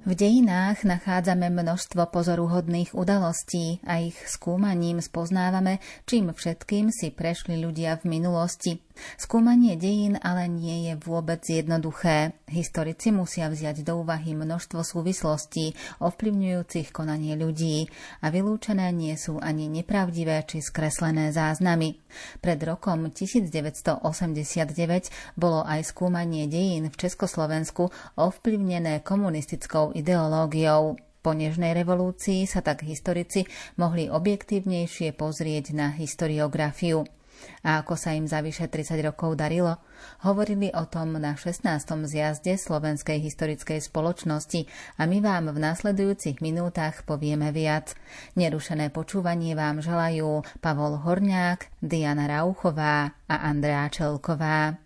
V dejinách nachádzame množstvo pozoruhodných udalostí a ich skúmaním spoznávame, čím všetkým si prešli ľudia v minulosti. Skúmanie dejín ale nie je vôbec jednoduché. Historici musia vziať do úvahy množstvo súvislostí ovplyvňujúcich konanie ľudí a vylúčené nie sú ani nepravdivé či skreslené záznamy. Pred rokom 1989 bolo aj skúmanie dejín v Československu ovplyvnené komunistickou ideológiou. Po nežnej revolúcii sa tak historici mohli objektívnejšie pozrieť na historiografiu. A ako sa im za vyše 30 rokov darilo? Hovorili o tom na 16. zjazde Slovenskej historickej spoločnosti a my vám v nasledujúcich minútach povieme viac. Nerušené počúvanie vám želajú Pavol Horňák, Diana Rauchová a Andrea Čelková.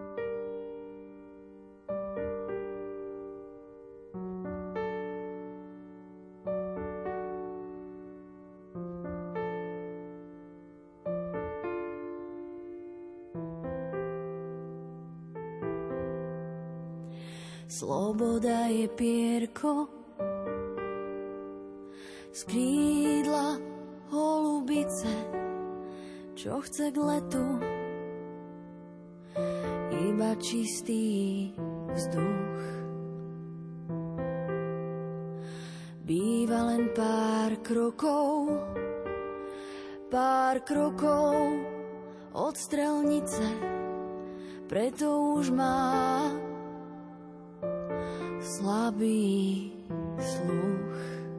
Sloboda je pierko z krídla holubice, čo chce k letu iba čistý vzduch. Býva len pár krokov od strelnice, preto už má slabý sluch.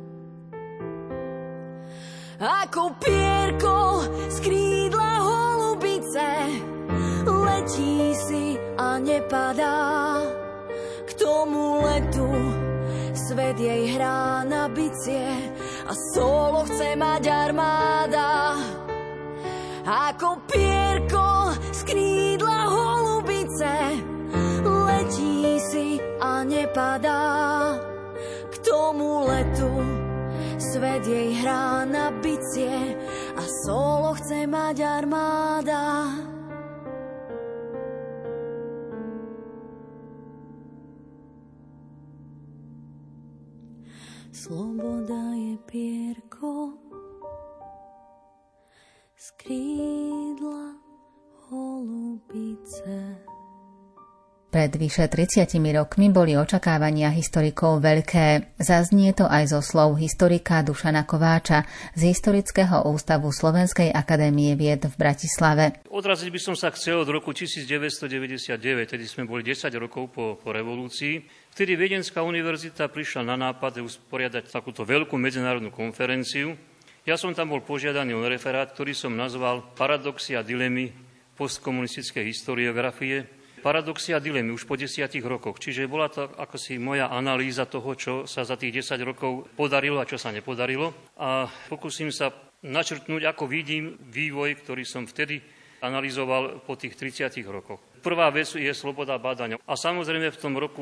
Ako pierko z krídla holubice letí si a nepadá. K tomu letu svet jej hrá na bicie a solo chce mať armáda. Ako pierko z krídla holubice letí si a nepadá. K tomu letu svet jej hrá na bicie a solo chce mať armáda. Sloboda je pierko z krídla holubice. Pred vyše 30 rokmi boli očakávania historikov veľké. Zaznie to aj zo slov historika Dušana Kováča z Historického ústavu Slovenskej akadémie vied v Bratislave. Odraziť by som sa chcel od roku 1999, tedy sme boli 10 rokov po revolúcii, vtedy Viedenská univerzita prišla na nápad usporiadať takúto veľkú medzinárodnú konferenciu. Ja som tam bol požiadaný o referát, ktorý som nazval Paradoxy a dilemy postkomunistickej historiografie. Paradoxy a dilemy už po 10 rokoch. Čiže bola to akosi moja analýza toho, čo sa za tých 10 rokov podarilo a čo sa nepodarilo. A pokúsim sa načrtnúť, ako vidím vývoj, ktorý som vtedy analyzoval po tých 30 rokoch. Prvá vec je sloboda bádania. A samozrejme v tom roku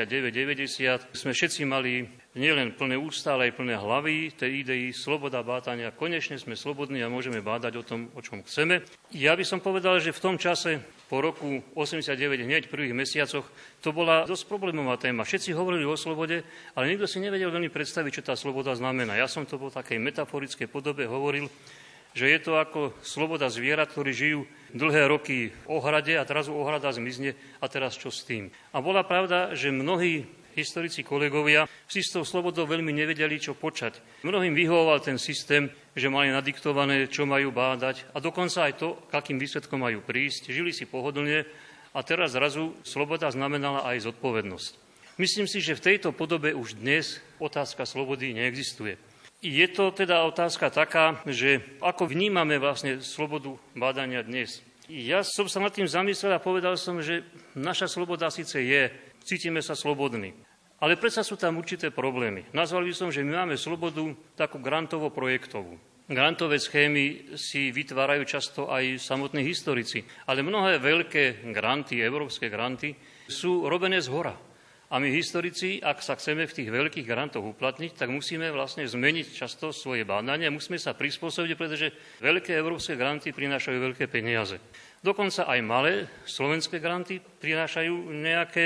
89-90 sme všetci mali nielen plné ústa, ale aj plné hlavy tej idei sloboda bádania. Konečne sme slobodní a môžeme bádať o tom, o čom chceme. Ja by som povedal, že v tom čase po roku 89, hneď v prvých mesiacoch, to bola dosť problémová téma. Všetci hovorili o slobode, ale nikto si nevedel veľmi predstaviť, čo tá sloboda znamená. Ja som to vo takej metaforickej podobe hovoril, že je to ako sloboda zvierat, ktorí žijú dlhé roky v ohrade a teraz ohrada zmizne a teraz čo s tým. A bola pravda, že mnohí historici kolegovia si s tou slobodou veľmi nevedeli, čo počať. Mnohým vyhovoval ten systém, že mali nadiktované, čo majú bádať a dokonca aj to, k akým výsledkom majú prísť. Žili si pohodlne a teraz zrazu sloboda znamenala aj zodpovednosť. Myslím si, že v tejto podobe už dnes otázka slobody neexistuje. Je to teda otázka taká, že ako vnímame vlastne slobodu bádania dnes. Ja som sa nad tým zamyslel a povedal som, že naša sloboda síce je, cítime sa slobodní, ale predsa sú tam určité problémy. Nazval by som, že my máme slobodu takú grantovo-projektovú. Grantové schémy si vytvárajú často aj samotní historici, ale mnohé veľké granty, európske granty, sú robené zhora. A my historici, ak sa chceme v tých veľkých grantoch uplatniť, tak musíme vlastne zmeniť často svoje bádanie, musíme sa prispôsobiť, pretože veľké európske granty prinášajú veľké peniaze. Dokonca aj malé slovenské granty prinášajú nejaké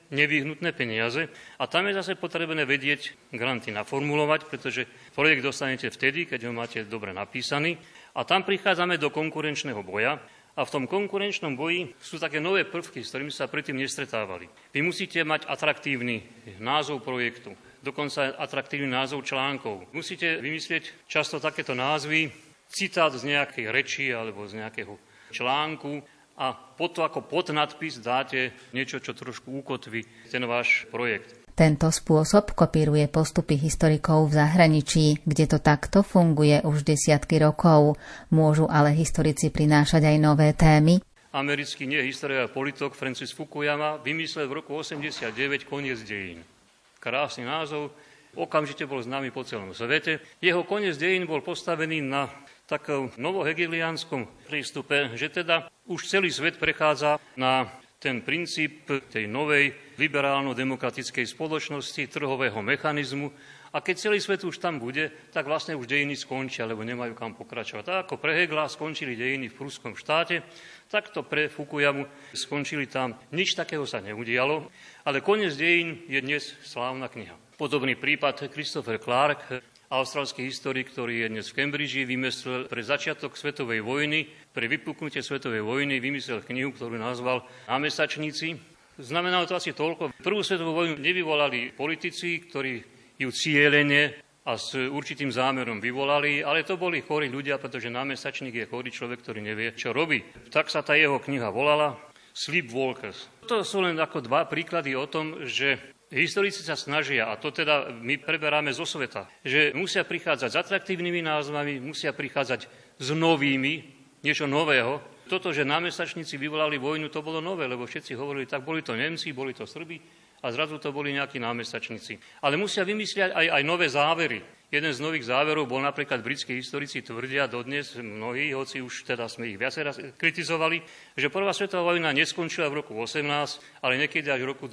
nevyhnutné peniaze a tam je zase potrebné vedieť granty naformulovať, pretože projekt dostanete vtedy, keď ho máte dobre napísaný a tam prichádzame do konkurenčného boja a v tom konkurenčnom boji sú také nové prvky, s ktorými sa predtým nestretávali. Vy musíte mať atraktívny názov projektu, dokonca atraktívny názov článkov. Musíte vymyslieť často takéto názvy, citát z nejakej reči alebo z nejakého článku, a potom ako podnadpis dáte niečo, čo trošku ukotví ten váš projekt. Tento spôsob kopíruje postupy historikov v zahraničí, kde to takto funguje už desiatky rokov. Môžu ale historici prinášať aj nové témy. Americký historik a politok Francis Fukuyama vymyslel v roku 89 Koniec dejín. Krásny názov, okamžite bol známy po celom svete. Jeho Koniec dejín bol postavený na takom novohegeliánskom prístupe, že teda už celý svet prechádza na ten princíp tej novej liberálno-demokratickej spoločnosti, trhového mechanizmu a keď celý svet už tam bude, tak vlastne už dejiny skončia, lebo nemajú kam pokračovať. Tak ako pre Hegla skončili dejiny v pruskom štáte, tak to pre Fukuyamu skončili tam. Nič takého sa neudialo, ale Koniec dejín je dnes slávna kniha. Podobný prípad Christopher Clark, austrálsky historik, ktorý je dnes v Cambridge, vymyslel pre začiatok svetovej vojny, pre vypuknutie svetovej vojny, vymyslel knihu, ktorú nazval Námesačníci. Znamenalo to asi toľko. Prvú svetovú vojnu nevyvolali politici, ktorí ju cielene a s určitým zámerom vyvolali, ale to boli chorí ľudia, pretože námesačník je chorý človek, ktorý nevie, čo robí. Tak sa tá jeho kniha volala Sleepwalkers. To sú len ako dva príklady o tom, že historici sa snažia, a to teda my preberáme zo sveta, že musia prichádzať s atraktívnymi názvami, musia prichádzať s novými, niečo nového. Toto, že námesačníci vyvolali vojnu, to bolo nové, lebo všetci hovorili, tak boli to Nemci, boli to Srbi a zrazu to boli nejakí námesačníci. Ale musia vymyslieť aj nové závery. Jeden z nových záverov bol napríklad britskí historici tvrdia dodnes, mnohí, hoci už teda sme ich viacej raz kritizovali, že prvá svetová vojna neskončila v roku 18, ale niekedy až v roku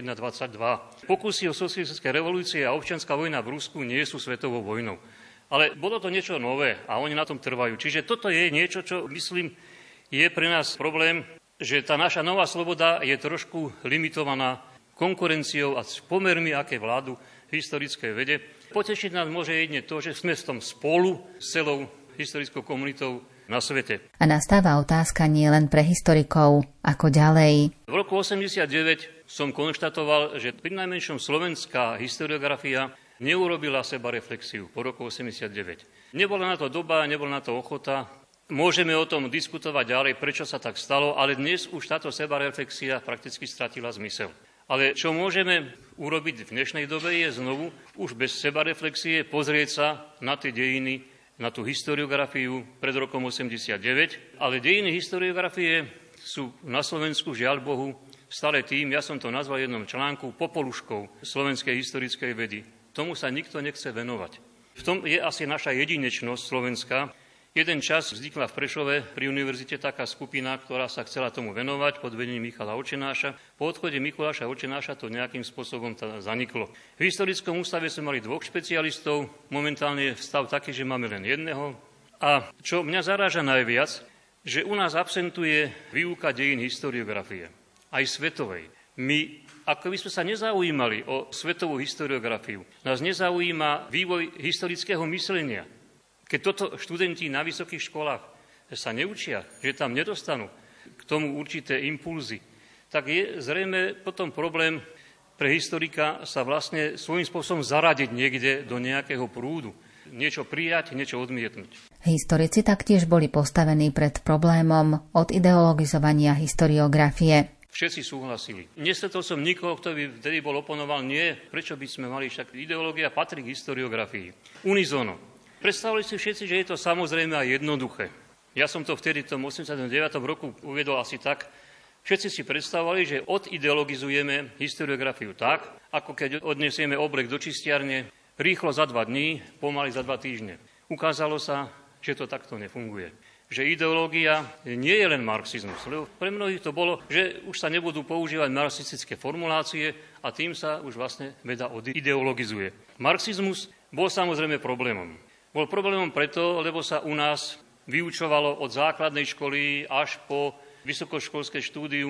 21-22. Pokusy o socialistické revolúcie a občianská vojna v Rusku nie sú svetovou vojnou. Ale bolo to niečo nové a oni na tom trvajú. Čiže toto je niečo, čo myslím je pre nás problém, že tá naša nová sloboda je trošku limitovaná konkurenciou a pomermi, aké vládu v historickej vede. Potešiť nás môže jedine to, že sme v tom spolu s celou historickou komunitou na svete. A nastáva otázka nie len pre historikov, ako ďalej. V roku 89 som konštatoval, že pri najmenšom slovenská historiografia neurobila sebareflexiu po roku 89. Nebola na to doba, nebola na to ochota. Môžeme o tom diskutovať ďalej, prečo sa tak stalo, ale dnes už táto sebareflexia prakticky stratila zmysel. Ale čo môžeme urobiť v dnešnej dobe je znovu, už bez sebareflexie, pozrieť sa na tie dejiny, na tú historiografiu pred rokom 89. Ale dejiny historiografie sú na Slovensku, žiaľ Bohu, stále tým, ja som to nazval v jednom článku, popoluškou slovenskej historickej vedy. Tomu sa nikto nechce venovať. V tom je asi naša jedinečnosť Slovenska. Jeden čas vznikla v Prešove pri univerzite taká skupina, ktorá sa chcela tomu venovať pod vedením Michala Očenáša. Po odchode Mikuláša Očenáša to nejakým spôsobom zaniklo. V historickom ústave sme mali 2 špecialistov, momentálne je stav taký, že máme len jedného. A čo mňa zaráža najviac, že u nás absentuje výuka dejín historiografie, aj svetovej. My, ako by sme sa nezaujímali o svetovú historiografiu, nás nezaujíma vývoj historického myslenia. Keď toto študenti na vysokých školách sa neučia, že tam nedostanú k tomu určité impulzy, tak je zrejme potom problém pre historika sa vlastne svojím spôsobom zaradiť niekde do nejakého prúdu. Niečo prijať, niečo odmietnúť. Historici taktiež boli postavení pred problémom od ideologizovania historiografie. Všetci súhlasili. Nestretol som nikoho, kto by vtedy bol oponoval, nie, prečo by sme mali, však ideológia patrí k historiografii. Unizono. Predstavili si všetci, že je to samozrejme aj jednoduché. Ja som to vtedy v tom 89. roku uviedol asi tak. Všetci si predstavovali, že odideologizujeme historiografiu tak, ako keď odnesieme oblek do čistiarne, rýchlo za 2 dní, pomaly za 2 týždne. Ukázalo sa, že to takto nefunguje. Že ideológia nie je len marxizmus. Lebo pre mnohých to bolo, že už sa nebudú používať marxistické formulácie a tým sa už vlastne veda odideologizuje. Marxizmus bol samozrejme problémom. Bol problémom preto, lebo sa u nás vyučovalo od základnej školy až po vysokoškolské štúdium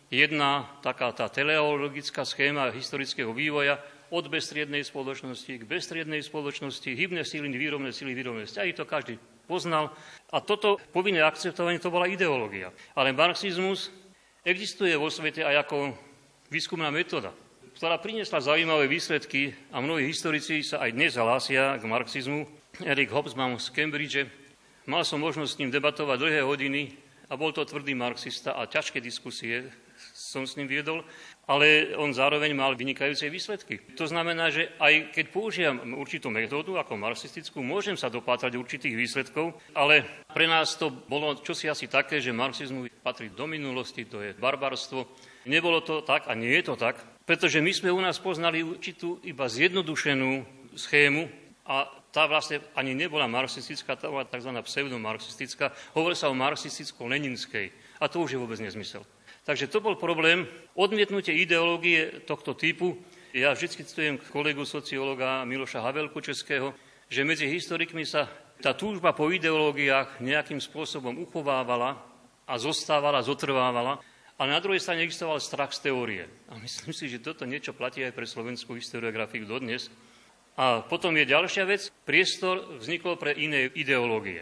jedna taká tá teleologická schéma historického vývoja od bezstriednej spoločnosti k bezstriednej spoločnosti, hybné síly, výrobné vzťahy, to každý poznal. A toto povinné akceptovanie, to bola ideológia. Ale marxizmus existuje vo svete aj ako výskumná metóda, ktorá priniesla zaujímavé výsledky a mnohí historici sa aj dnes hlásia k marxizmu. Eric Hobsbawm z Cambridge. Mal som možnosť s ním debatovať dlhé hodiny a bol to tvrdý marxista a ťažké diskusie som s ním viedol, ale on zároveň mal vynikajúce výsledky. To znamená, že aj keď použijem určitú metódu ako marxistickú, môžem sa dopátrať určitých výsledkov, ale pre nás to bolo čosi asi také, že marxizmus patrí do minulosti, to je barbarstvo. Nebolo to tak a nie je to tak, pretože my sme u nás poznali určitú iba zjednodušenú schému a tá vlastne ani nebola marxistická, tá bola tzv. Pseudomarxistická. Hovorí sa o marxisticko-leninskej a to už je vôbec nezmysel. Takže to bol problém, odmietnutie ideológie tohto typu. Ja vždy citujem kolegu sociológa Miloša Havelku českého, že medzi historikmi sa tá túžba po ideológiách nejakým spôsobom uchovávala a zostávala, zotrvávala, ale na druhej strane existoval strach z teórie. A myslím si, že toto niečo platí aj pre slovenskú historiografiu dodnes. A potom je ďalšia vec, priestor vznikol pre iné ideológie.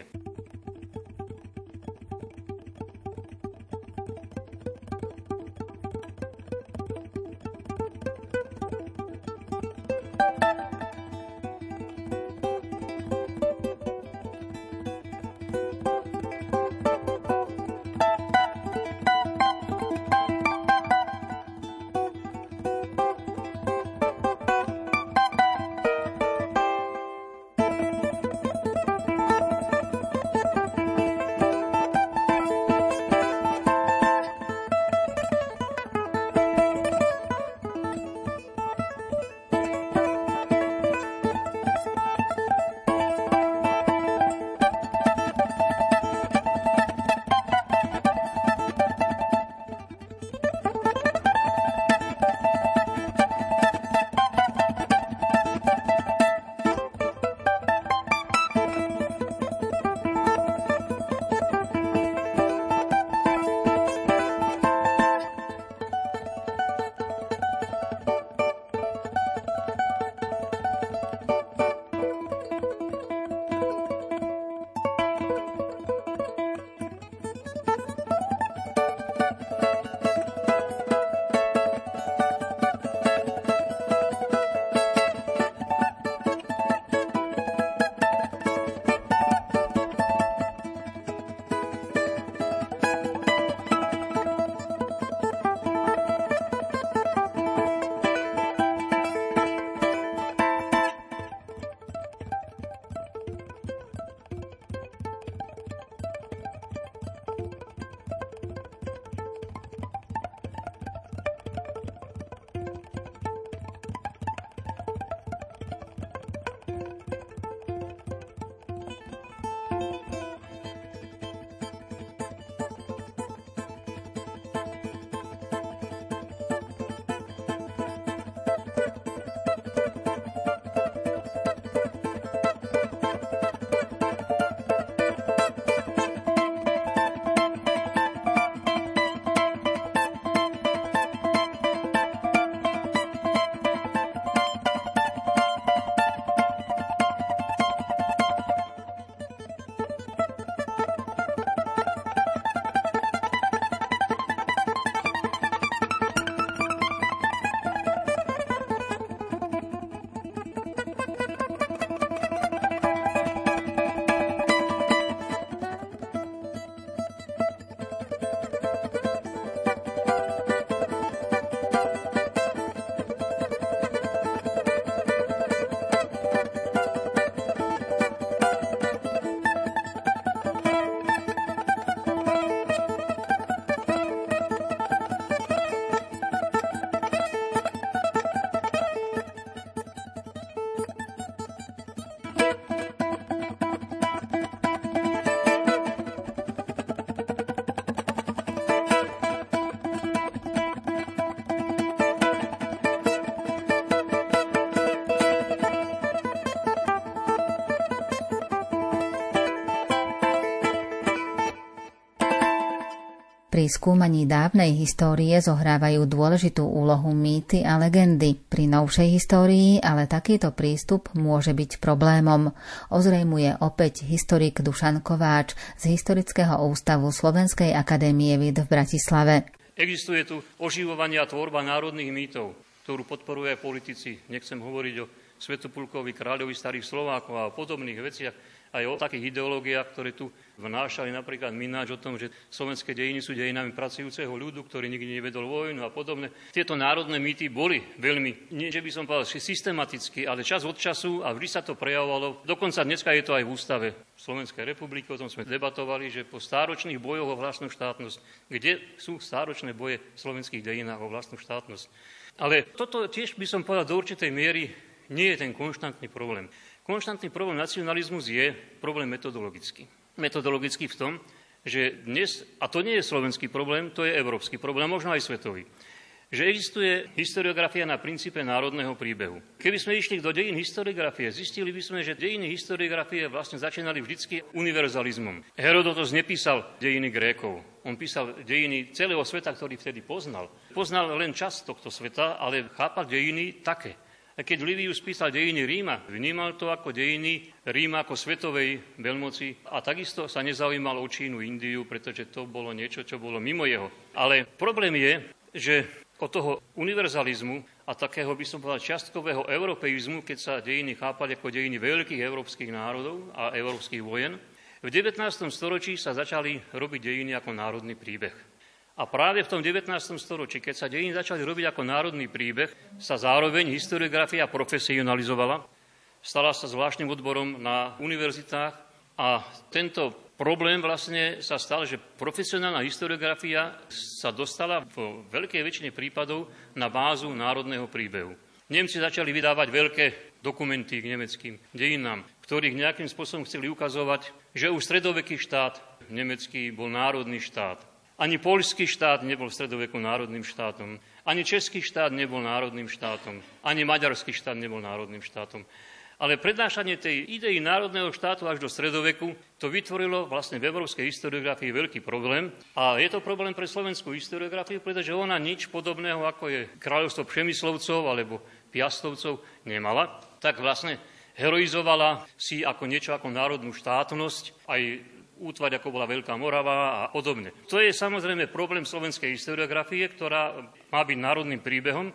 Pri skúmaní dávnej histórie zohrávajú dôležitú úlohu mýty a legendy. Pri novšej histórii ale takýto prístup môže byť problémom. Ozrejmuje opäť historik Dušan Kováč z Historického ústavu Slovenskej akadémie vied v Bratislave. Existuje tu oživovanie a tvorba národných mýtov, ktorú podporuje aj politici. Nechcem hovoriť o Svätopulkovi, kráľovi starých Slovákov a o podobných veciach, aj o takých ideológiách, ktoré tu vnášali napríklad Mináč o tom, že slovenské dejiny sú dejinami pracujúceho ľudu, ktorý nikdy nevedol vojnu a podobne. Tieto národné mýty boli veľmi, nie že by som povedal, systematicky, ale čas od času a vždy sa to prejavovalo. Dokonca dneska je to aj v ústave Slovenskej republiky, o tom sme debatovali, že po stáročných bojoch o vlastnú štátnosť, kde sú stáročné boje v slovenských dejinách o vlastnú štátnosť. Ale toto tiež by som povedal do určitej miery nie je ten konštantný problém. Konštantný problém nacionalizmus je problém metodologický. Metodologický v tom, že dnes, a to nie je slovenský problém, to je európsky problém, možno aj svetový, že existuje historiografia na princípe národného príbehu. Keby sme išli do dejín historiografie, zistili by sme, že dejiny historiografie vlastne začínali vždycky univerzalizmom. Herodotos nepísal dejiny Grékov, on písal dejiny celého sveta, ktorý vtedy poznal. Poznal len časť tohto sveta, ale chápal dejiny také. A keď Livius písal dejiny Ríma, vnímal to ako dejiny Ríma ako svetovej veľmoci a takisto sa nezaujímal o Čínu, Indiu, pretože to bolo niečo, čo bolo mimo jeho. Ale problém je, že od toho univerzalizmu a takého, by som povedal, čiastkového europeizmu, keď sa dejiny chápali ako dejiny veľkých európskych národov a európskych vojen, v 19. storočí sa začali robiť dejiny ako národný príbeh. A práve v tom 19. storočí, keď sa dejiny začali robiť ako národný príbeh, sa zároveň historiografia profesionalizovala, stala sa zvláštnym odborom na univerzitách a tento problém vlastne sa stal, že profesionálna historiografia sa dostala v veľkej väčšine prípadov na bázu národného príbehu. Nemci začali vydávať veľké dokumenty k nemeckým dejinám, ktorých nejakým spôsobom chceli ukazovať, že už stredoveký štát nemecký bol národný štát. Ani poľský štát nebol v stredoveku národným štátom, ani český štát nebol národným štátom, ani maďarský štát nebol národným štátom. Ale prednášanie tej idei národného štátu až do stredoveku, to vytvorilo vlastne v európskej historiografii veľký problém. A je to problém pre slovenskú historiografiu, pretože ona nič podobného, ako je kráľovstvo Přemyslovcov alebo Piastovcov, nemala. Tak vlastne heroizovala si ako niečo ako národnú štátnosť, aj útvar, ako bola Veľká Morava a podobne. To je samozrejme problém slovenskej historiografie, ktorá má byť národným príbehom,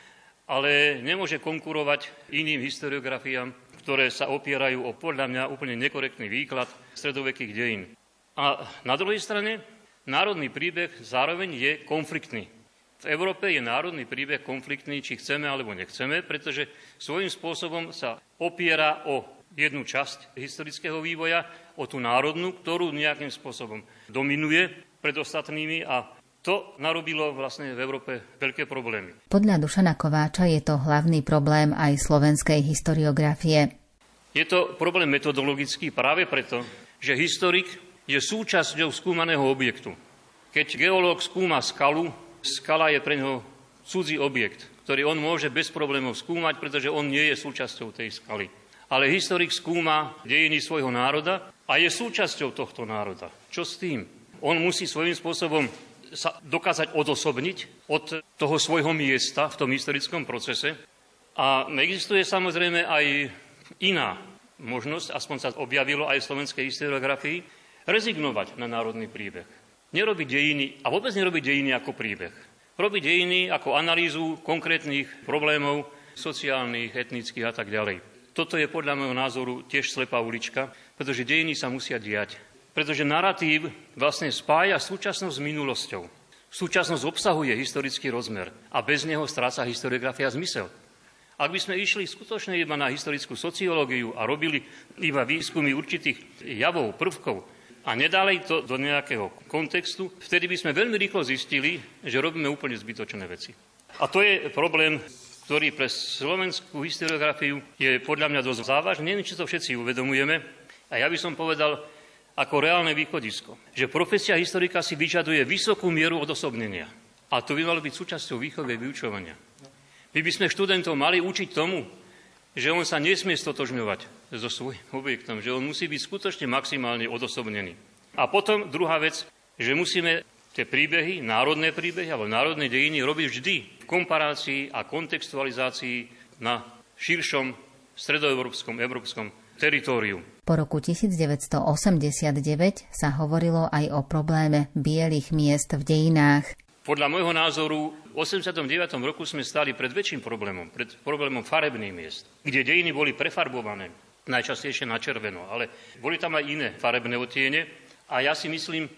ale nemôže konkurovať iným historiografiám, ktoré sa opierajú o podľa mňa úplne nekorektný výklad stredovekých dejín. A na druhej strane, národný príbeh zároveň je konfliktný. V Európe je národný príbeh konfliktný, či chceme alebo nechceme, pretože svojím spôsobom sa opiera o jednu časť historického vývoja, o tú národnú, ktorú nejakým spôsobom dominuje pred ostatnými a to narobilo vlastne v Európe veľké problémy. Podľa Dušana Kováča je to hlavný problém aj slovenskej historiografie. Je to problém metodologický práve preto, že historik je súčasťou skúmaného objektu. Keď geológ skúma skalu, skala je pre neho cudzí objekt, ktorý on môže bez problémov skúmať, pretože on nie je súčasťou tej skaly. Ale historik skúma dejiny svojho národa a je súčasťou tohto národa. Čo s tým? On musí svojím spôsobom sa dokázať odosobniť od toho svojho miesta v tom historickom procese. A existuje samozrejme aj iná možnosť, aspoň sa objavilo aj v slovenskej historiografii, rezignovať na národný príbeh. Nerobiť dejiny, a vôbec nerobiť dejiny ako príbeh. Robiť dejiny ako analýzu konkrétnych problémov sociálnych, etnických a tak ďalej. Toto je podľa môjho názoru tiež slepá ulička, pretože dejiny sa musia diať. Pretože narratív vlastne spája súčasnosť s minulosťou. Súčasnosť obsahuje historický rozmer a bez neho stráca historiografia zmysel. Ak by sme išli skutočne iba na historickú sociológiu a robili iba výskumy určitých javov, prvkov a nedali to do nejakého kontextu, vtedy by sme veľmi rýchlo zistili, že robíme úplne zbytočné veci. A to je problém, ktorý pre slovenskú historiografiu je podľa mňa dosť závažný. Neviem, či to všetci uvedomujeme. A ja by som povedal ako reálne východisko, že profesia historika si vyžaduje vysokú mieru odosobnenia. A to by malo byť súčasťou výchovy a vyučovania. My by sme študentov mali učiť tomu, že on sa nesmie stotožňovať so svojím objektom, že on musí byť skutočne maximálne odosobnený. A potom druhá vec, že musíme tie príbehy, národné príbehy alebo národné dejiny robiť vždy v komparácii a kontextualizácii na širšom stredoeurópskom európskom teritóriu. Po roku 1989 sa hovorilo aj o probléme bielých miest v dejinách. Podľa môjho názoru v 89. roku sme stáli pred väčším problémom, pred problémom farebných miest, kde dejiny boli prefarbované, najčastejšie na červeno, ale boli tam aj iné farebné odtiene a ja si myslím,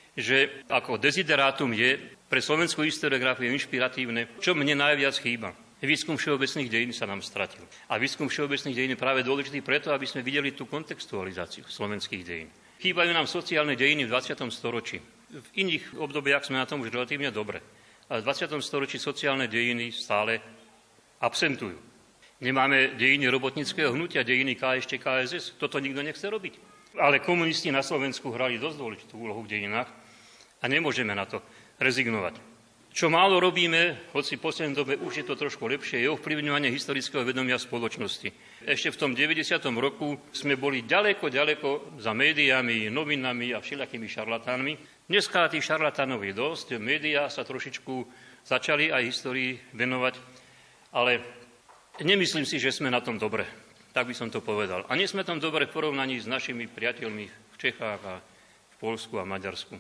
že ako deziderátum je pre slovenskú historiografiu inšpiratívne, čo mne najviac chýba. Výskum všeobecných dejín sa nám stratil. A výskum všeobecných dejín je práve dôležitý preto, aby sme videli tú kontextualizáciu slovenských dejín. Chýbajú nám sociálne dejiny v 20. storočí. V iných obdobiach sme na tom už relatívne dobre. Ale v 20. storočí sociálne dejiny stále absentujú. Nemáme dejiny robotníckeho hnutia, dejiny KSČ, KSS. Toto nikto nechce robiť. Ale komunisti na Slovensku hrali dosť dôležitú úlohu v dejinách a nemôžeme na to rezignovať. Čo málo robíme, hoci v poslednej dobe už je to trošku lepšie, je ovplyvňovanie historického vedomia spoločnosti. Ešte v tom 90. roku sme boli ďaleko za médiami, novinami a všelijakými šarlatánmi. Dneska tých šarlatánov je dosť, médiá sa trošičku začali aj histórii venovať, ale nemyslím si, že sme na tom dobre. Tak by som to povedal. A nie sme tam dobre v porovnaní s našimi priateľmi v Čechách a v Poľsku a Maďarsku.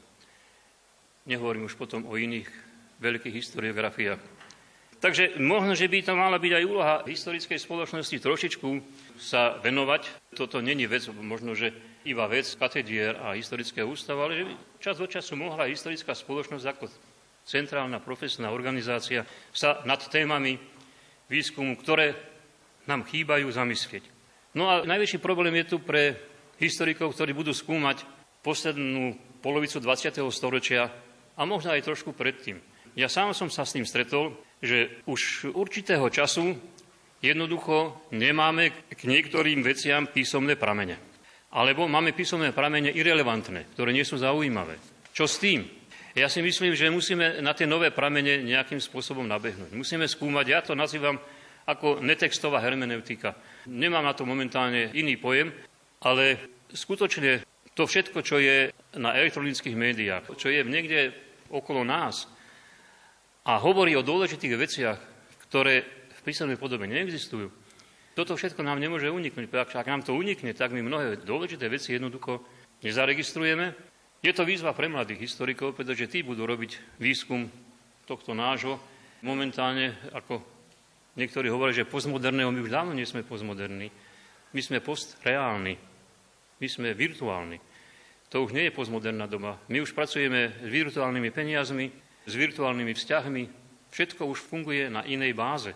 Nehovorím už potom o iných veľkých historiografiách. Takže možno, že by to mala byť aj úloha historickej spoločnosti trošičku sa venovať. Toto není vec, možno, že iba vec katedier a historického ústavu, ale že by čas od času mohla historická spoločnosť ako centrálna profesná organizácia sa nad témami výskumu, ktoré nám chýbajú, zamyslieť. No a najväčší problém je tu pre historikov, ktorí budú skúmať poslednú polovicu 20. storočia a možno aj trošku predtým. Ja sám som sa s tým stretol, že už určitého času jednoducho nemáme k niektorým veciam písomné pramene. Alebo máme písomné pramene irelevantné, ktoré nie sú zaujímavé. Čo s tým? Ja si myslím, že musíme na tie nové pramene nejakým spôsobom nabehnúť. Musíme skúmať, ja to nazývam ako netextová hermeneutika. Nemám na to momentálne iný pojem, ale skutočne to všetko, čo je na elektronických médiách, čo je niekde okolo nás, a hovorí o dôležitých veciach, ktoré v písomnej podobe neexistujú. Toto všetko nám nemôže uniknúť. Ak nám to unikne, tak my mnohé dôležité veci jednoducho nezaregistrujeme. Je to výzva pre mladých historikov, pretože tí budú robiť výskum tohto nášho. Momentálne, ako niektorí hovoria, že postmoderného, my už dávno nie sme postmoderní. My sme postreálni. My sme virtuálni. To už nie je postmoderná doba. My už pracujeme s virtuálnymi peniazmi, s virtuálnymi vzťahmi. Všetko už funguje na inej báze.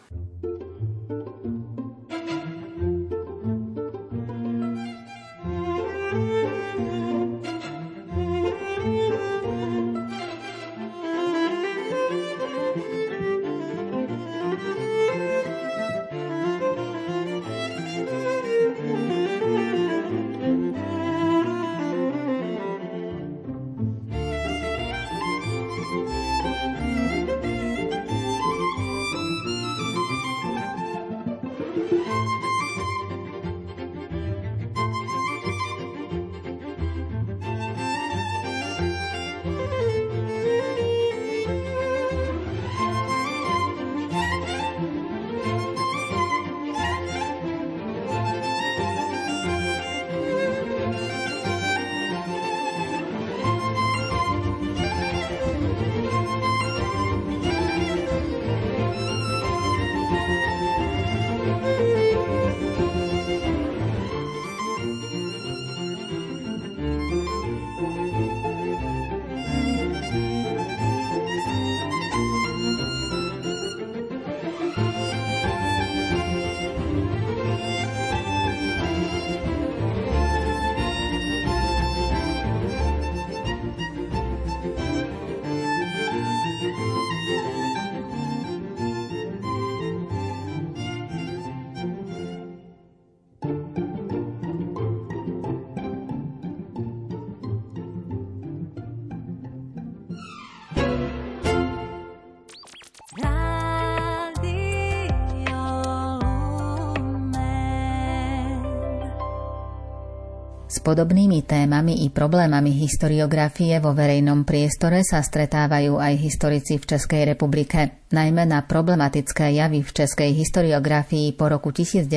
S podobnými témami i problémami historiografie vo verejnom priestore sa stretávajú aj historici v Českej republike. Najmä na problematické javy v českej historiografii po roku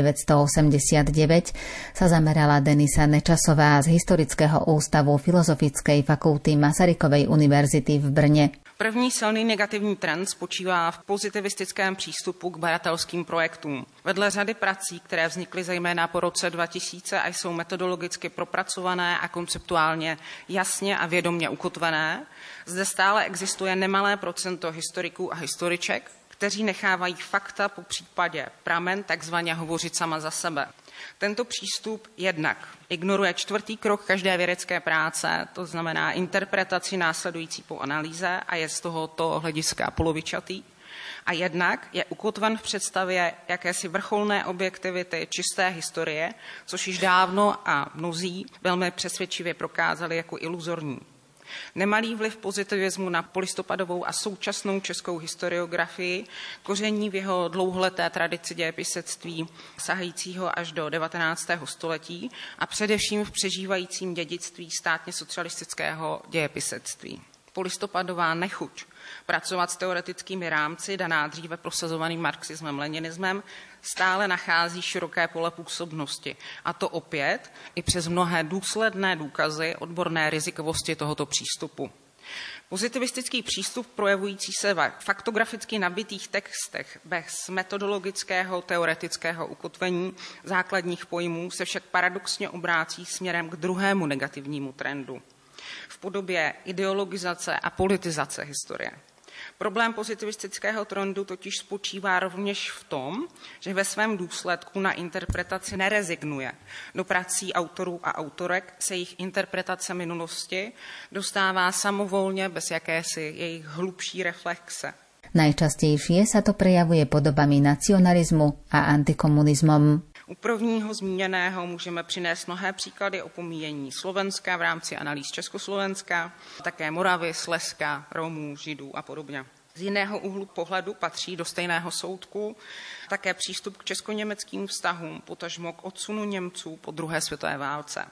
1989 sa zamerala Denisa Nečasová z Historického ústavu Filozofickej fakulty Masarykovej univerzity v Brně. První silný negativní trend spočívá v pozitivistickém přístupu k badatelským projektům. Vedle řady prací, které vznikly zejména po roce 2000 a jsou metodologicky propracované a konceptuálně jasně a vědomě ukotvené, zde stále existuje nemalé procento historiků a historiček, kteří nechávají fakta po případě pramen takzvaně hovořit sama za sebe. Tento přístup jednak ignoruje čtvrtý krok každé vědecké práce, to znamená interpretaci následující po analýze a je z tohoto hlediska polovičatý. A jednak je ukotven v představě jakési vrcholné objektivity čisté historie, což již dávno a mnozí velmi přesvědčivě prokázali jako iluzorní. Nemalý vliv pozitivismu na polistopadovou a současnou českou historiografii koření v jeho dlouholeté tradici dějepisectví sahajícího až do 19. století a především v přežívajícím dědictví státně socialistického dějepisectví. Polistopadová nechuť pracovat s teoretickými rámci, daná dříve prosazovaným marxismem, leninismem, stále nachází široké pole působnosti. A to opět i přes mnohé důsledné důkazy odborné rizikovosti tohoto přístupu. Pozitivistický přístup projevující se ve faktograficky nabitých textech bez metodologického teoretického ukotvení základních pojmů se však paradoxně obrácí směrem k druhému negativnímu trendu v podobě ideologizace a politizace historie. Problém pozitivistického trendu totiž spočívá rovněž v tom, že ve svém důsledku na interpretaci nerezignuje. Do prací autorů a autorek se jejich interpretace minulosti dostává samovolně bez jakési jejich hlubší reflexe. Najčastejšie sa to prejavuje podobami nacionalizmu a antikomunizmom. U prvního zmíněného můžeme přinést mnohé příklady opomíjení Slovenska v rámci analýz Československa, také Moravy, Slezska, Romů, Židů a podobně. Z jiného úhlu pohledu patří do stejného soudku také přístup k česko-německým vztahům, potažmo k odsunu Němců po druhé světové válce.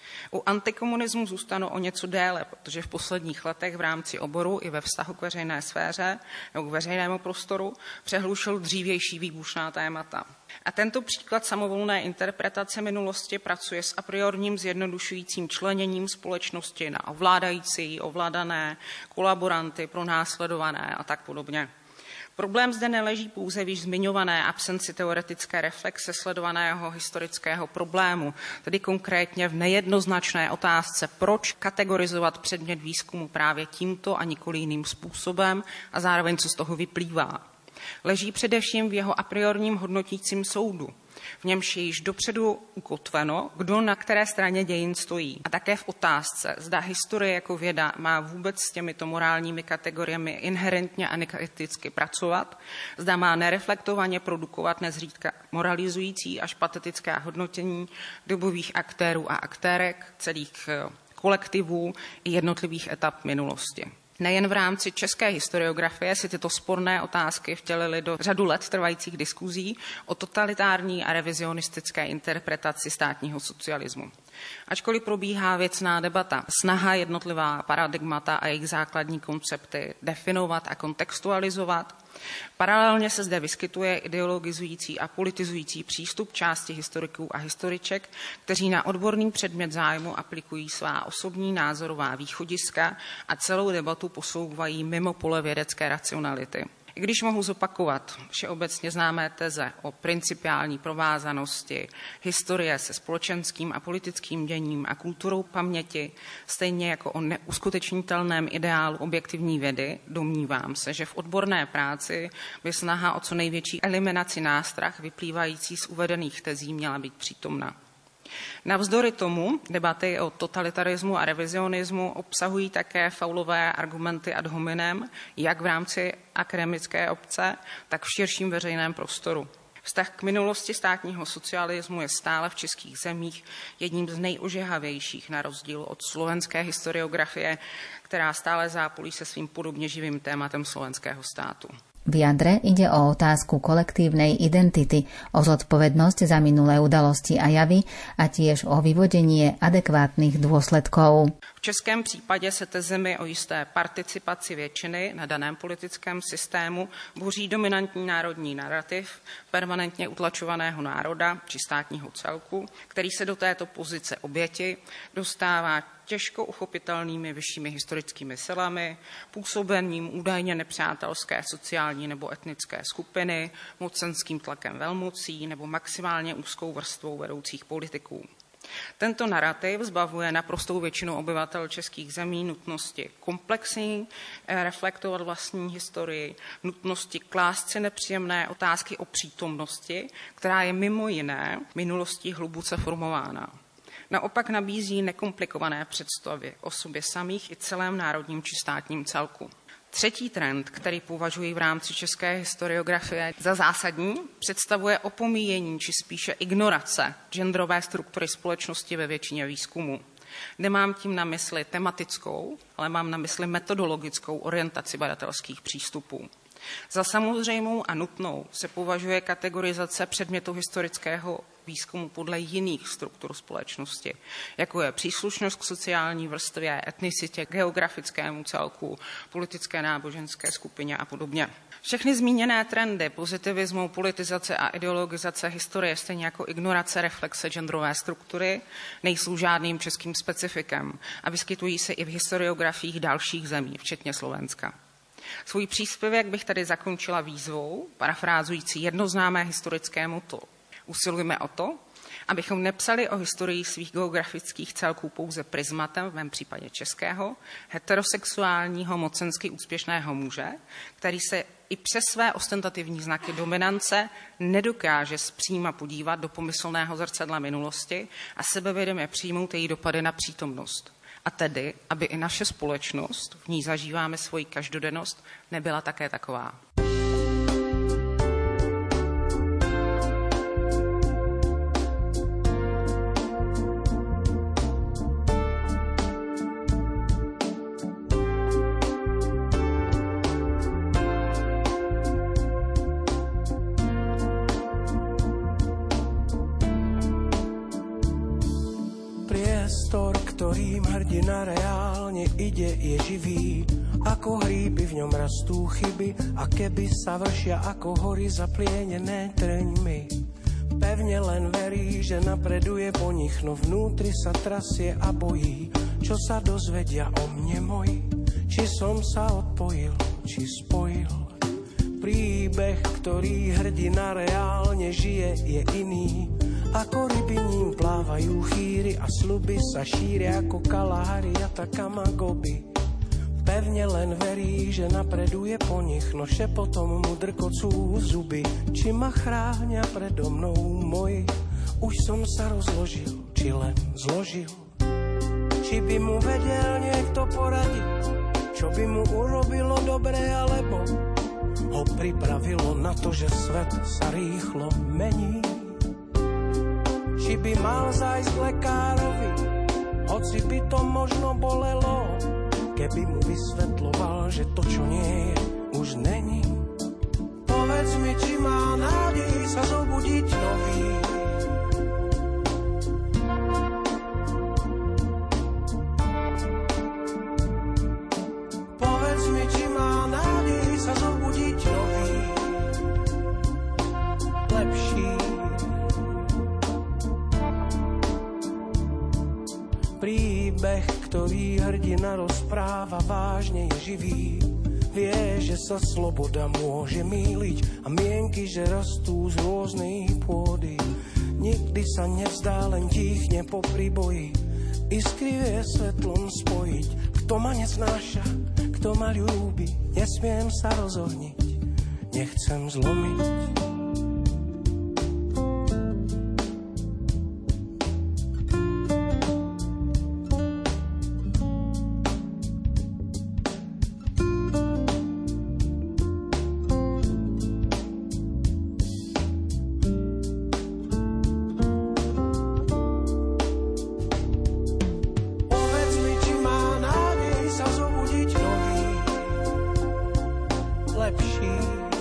U antikomunismu zůstanu o něco déle, protože v posledních letech v rámci oboru i ve vztahu k veřejné sféře nebo k veřejnému prostoru přehlušil dřívější výbušná témata. A tento příklad samovolné interpretace minulosti pracuje s a priorním zjednodušujícím členěním společnosti na ovládající, ovládané, kolaboranty, pronásledované a tak podobně. Problém zde neleží pouze v již zmiňované absenci teoretické reflexe sledovaného historického problému, tedy konkrétně v nejednoznačné otázce, proč kategorizovat předmět výzkumu právě tímto a nikoli jiným způsobem a zároveň co z toho vyplývá. Leží především v jeho a priorním hodnotícím soudu. V němž je již dopředu ukotveno, kdo na které straně dějin stojí. A také v otázce, zda historie jako věda má vůbec s těmito morálními kategoriemi inherentně a nekriticky pracovat, zda má nereflektovaně produkovat nezřídka moralizující až patetické hodnocení dobových aktérů a aktérek, celých kolektivů i jednotlivých etap minulosti. Nejen v rámci české historiografie si tyto sporné otázky vtělily do řadu let trvajících diskuzí o totalitární a revizionistické interpretaci státního socialismu. Ačkoliv probíhá věcná debata, snaha jednotlivá paradigmata a jejich základní koncepty definovat a kontextualizovat, paralelně se zde vyskytuje ideologizující a politizující přístup části historiků a historiček, kteří na odborný předmět zájmu aplikují svá osobní názorová východiska a celou debatu posouvají mimo pole vědecké racionality. I když mohu zopakovat všeobecně známé teze o principiální provázanosti historie se společenským a politickým děním a kulturou paměti, stejně jako o neuskutečnitelném ideálu objektivní vědy, domnívám se, že v odborné práci by snaha o co největší eliminaci nástrah vyplývající z uvedených tezí měla být přítomna. Navzdory tomu debaty o totalitarismu a revizionismu obsahují také faulové argumenty ad hominem, jak v rámci akademické obce, tak v širším veřejném prostoru. Vztah k minulosti státního socialismu je stále v českých zemích jedním z nejožehavějších na rozdíl od slovenské historiografie, která stále zápolí se svým podobně živým tématem slovenského státu. V jadre ide o otázku kolektívnej identity, o zodpovednosť za minulé udalosti a javy a tiež o vyvodenie adekvátnych dôsledkov. V českém případě se tezemi o jisté participaci většiny na daném politickém systému boří dominantní národní narrativ permanentně utlačovaného národa či státního celku, který se do této pozice oběti dostává těžko uchopitelnými vyššími historickými silami, působením údajně nepřátelské sociální nebo etnické skupiny, mocenským tlakem velmocí nebo maximálně úzkou vrstvou vedoucích politiků. Tento narrativ zbavuje naprostou většinu obyvatel českých zemí nutnosti komplexní reflektovat vlastní historii, nutnosti klást si nepříjemné otázky o přítomnosti, která je mimo jiné minulostí hluboce formována. Naopak nabízí nekomplikované představy o sobě samých i celém národním či státním celku. Třetí trend, který považuji v rámci české historiografie za zásadní, představuje opomíjení či spíše ignorace genderové struktury společnosti ve většině výzkumů. Nemám tím na mysli tematickou, ale mám na mysli metodologickou orientaci badatelských přístupů. Za samozřejmou a nutnou se považuje kategorizace předmětu historického výzkumu podle jiných struktur společnosti, jako je příslušnost k sociální vrstvě, etnicitě, geografickému celku, politické náboženské skupině a podobně. Všechny zmíněné trendy pozitivismu, politizace a ideologizace historie, stejně jako ignorace reflexe genderové struktury, nejsou žádným českým specifikem a vyskytují se i v historiografiích dalších zemí, včetně Slovenska. Svůj příspěvek bych tady zakončila výzvou, parafrázující jedno známé historické motto. Usilujeme o to, abychom nepsali o historii svých geografických celků pouze prismatem, v mém případě českého, heterosexuálního, mocensky úspěšného muže, který se i přes své ostentativní znaky dominance nedokáže zpříma podívat do pomyslného zrcadla minulosti a sebevědomě přijmout její dopady na přítomnost. A tedy, aby i naše společnost, v ní zažíváme svoji každodennost, nebyla také taková. Ktorým hrdina reálne ide, je živý. Ako hríby v ňom rastú chyby a keby sa vršia ako hory zaplienené trňmi. Pevne len verí, že napreduje po nich, no vnútri sa trasie a bojí, čo sa dozvedia o mne moji. Či som sa odpojil, či spojil. Príbeh, ktorý hrdina reálne žije, je iný. Ako ryby ním plávajú chýry a sľuby sa šíria ako kalári a takamagoby. Pevne len verí, že napreduje po nich, no šepotom mu drkocú zuby. Či ma chráňa predo mnou moji, už som sa rozložil, či len zložil. Či by mu vedel niekto poradiť, čo by mu urobilo dobre, alebo ho pripravilo na to, že svet sa rýchlo mení. Či by mal zájsť k lekárovi, hoci by to možno bolelo, keby mu vysvetloval, že to, čo nie je, už není. Povedz mi, či má nádej sa zobudiť nový. Povedz mi, či má nádej sa zobudiť nový. Lepší. Príbeh, ktorý hrdina rozpráva, vážne je živý. Vie, že sa sloboda môže mýliť a mienky, že rastú z rôznej pôdy. Nikdy sa nevzdá, len tichne po príboji. Iskry vie svetlom spojiť. Kto ma neznáša, kto ma ľúbi, nesmiem sa rozohniť, nechcem zlomiť. Lepší.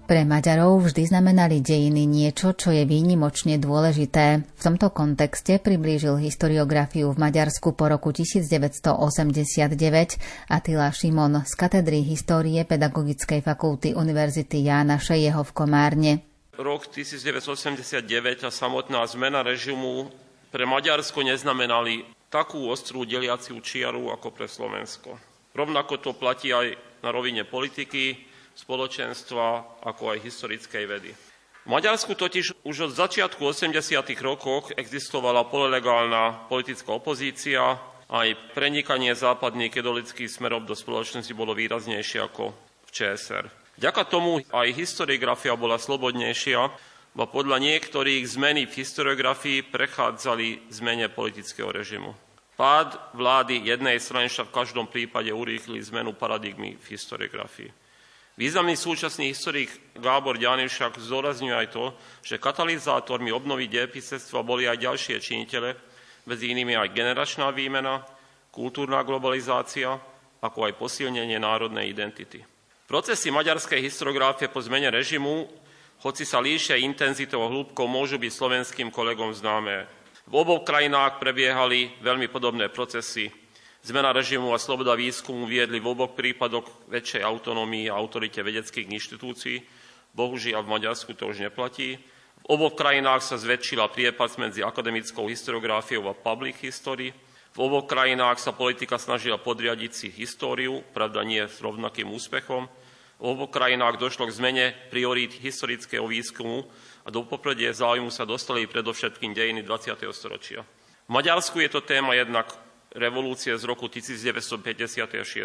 Pre Maďarov vždy znamenali dejiny niečo, čo je výnimočne dôležité. V tomto kontexte priblížil historiografiu v Maďarsku po roku 1989 Attila Šimon z katedry histórie Pedagogickej fakulty Univerzity Jána Šejeho v Komárne. Rok 1989 a samotná zmena režimu pre Maďarsko neznamenali takú ostrú deliaciu čiaru ako pre Slovensko. Rovnako to platí aj na rovine politiky, spoločenstva, ako aj historickej vedy. V Maďarsku totiž už od začiatku 80. rokov existovala pololegálna politická opozícia, aj prenikanie západných katolíckych smerov do spoločnosti bolo výraznejšie ako v ČSR. Vďaka tomu aj historiografia bola slobodnejšia, a podľa niektorých zmeny v historiografii prechádzali zmene politického režimu. Pád vlády jednej strany však v každom prípade urýchli zmenu paradigmy v historiografii. Významný súčasný historik Gábor Ďány však zdôrazňuje aj to, že katalizátormi obnovy dejepisectva boli aj ďalšie činitele, medzi inými aj generačná výmena, kultúrna globalizácia, ako aj posilnenie národnej identity. Procesy maďarskej historiografie po zmene režimu, hoci sa líšia intenzitou a hĺbkou, môžu byť slovenským kolegom známe. V oboch krajinách prebiehali veľmi podobné procesy. Zmena režimu a sloboda výskumu viedli v oboch prípadoch väčšej autonómii a autorite vedeckých inštitúcií. Bohužiaľ v Maďarsku to už neplatí. V oboch krajinách sa zväčšila priepas medzi akademickou historiografiou a public history. V oboch krajinách sa politika snažila podriadiť si históriu, pravda nie s rovnakým úspechom. V oboch krajinách došlo k zmene priorít historického výskumu a do popredia záujmu sa dostali predovšetkým dejiny 20. storočia. V Maďarsku je to téma jednak revolúcie z roku 1956,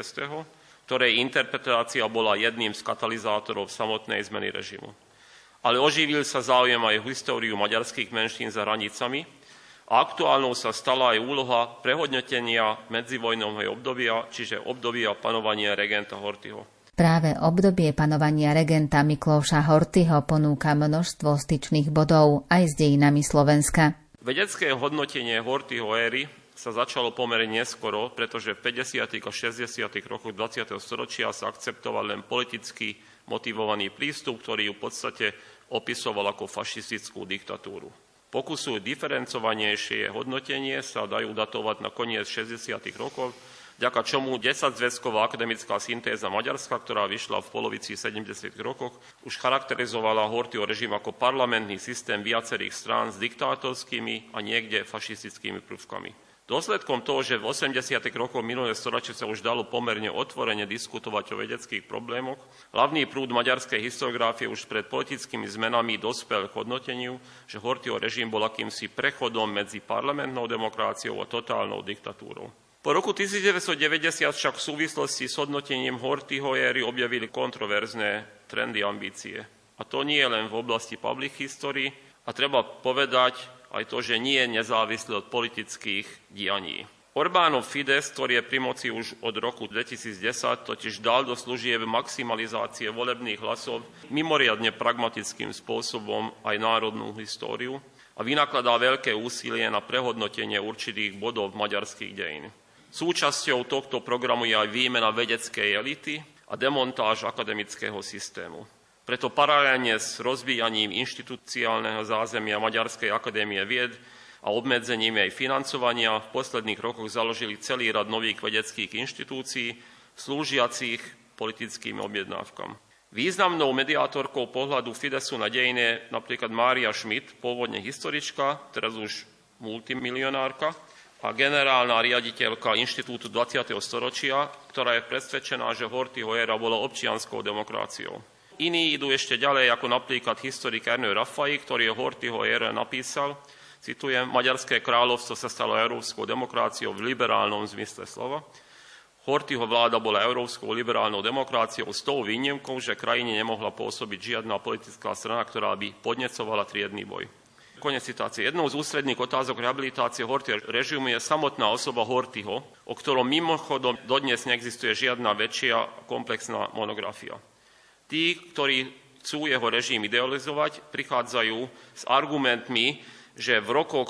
ktorej interpretácia bola jedným z katalizátorov samotnej zmeny režimu. Ale oživil sa záujem aj v históriu maďarských menšín za hranicami a aktuálnou sa stala aj úloha prehodnotenia medzivojnového obdobia, čiže obdobia panovania regenta Horthyho. Práve obdobie panovania regenta Miklóša Horthyho ponúka množstvo styčných bodov aj s dejinami Slovenska. Vedecké hodnotenie Horthyho éry sa začalo pomerne neskoro, pretože v 50. a 60. rokoch 20. storočia sa akceptoval len politicky motivovaný prístup, ktorý v podstate opisoval ako fašistickú diktatúru. Pokusu diferencovanejšie hodnotenie sa dajú datovať na koniec 60. rokov, vďaka čomu 10-zväzková akademická syntéza Maďarska, ktorá vyšla v polovici 70. rokoch, už charakterizovala Horthyho režim ako parlamentný systém viacerých strán s diktátorskými a niekde fašistickými prvkami. Dôsledkom toho, že v 80. rokoch minulého storočia sa už dalo pomerne otvorene diskutovať o vedeckých problémoch, hlavný prúd maďarskej historiografie už pred politickými zmenami dospel k hodnoteniu, že Horthyho režim bol akýmsi prechodom medzi parlamentnou demokraciou a totálnou diktatúrou. Po roku 1990 však v súvislosti s hodnotením Horthyho éry objavili kontroverzné trendy ambície. A to nie len v oblasti public history, a treba povedať aj to, že nie je nezávislé od politických dianí. Orbánov Fidesz, ktorý je pri moci už od roku 2010, totiž dal do služieb maximalizácie volebných hlasov mimoriadne pragmatickým spôsobom aj národnú históriu a vynakladá veľké úsilie na prehodnotenie určitých bodov maďarských dejín. Súčasťou tohto programu je aj výmena vedeckej elity a demontáž akademického systému. Preto paralelne s rozvíjaním inštitucionálneho zázemia Maďarskej akadémie vied a obmedzením jej financovania v posledných rokoch založili celý rad nových vedeckých inštitúcií, slúžiacich politickým objednávkam. Významnou mediátorkou pohľadu Fidesu na dejiny je napríklad Mária Schmidt, pôvodne historička, teraz už multimilionárka, a generálna riaditeľka Inštitútu 20. storočia, ktorá je presvedčená, že Horthyho éra bola občianskou demokraciou. Iní idú ešte ďalej, ako napríklad historik Ernő Raffai, ktorý o Horthyho ére napísal, citujem, Maďarské kráľovstvo sa stalo európskou demokraciou v liberálnom zmysle slova. Horthyho vláda bola európskou liberálnou demokraciou s tou výnimkou, že krajine nemohla pôsobiť žiadna politická strana, ktorá by podnecovala triedny boj. Konec citácie. Jednou z ústredných otázok rehabilitácie Horthyho režimu je samotná osoba Horthyho, o ktorom mimochodom dodnes neexistuje žiadna väčšia komplexná monografia. Tí, ktorí chcú jeho režim idealizovať, prichádzajú s argumentmi, že v rokoch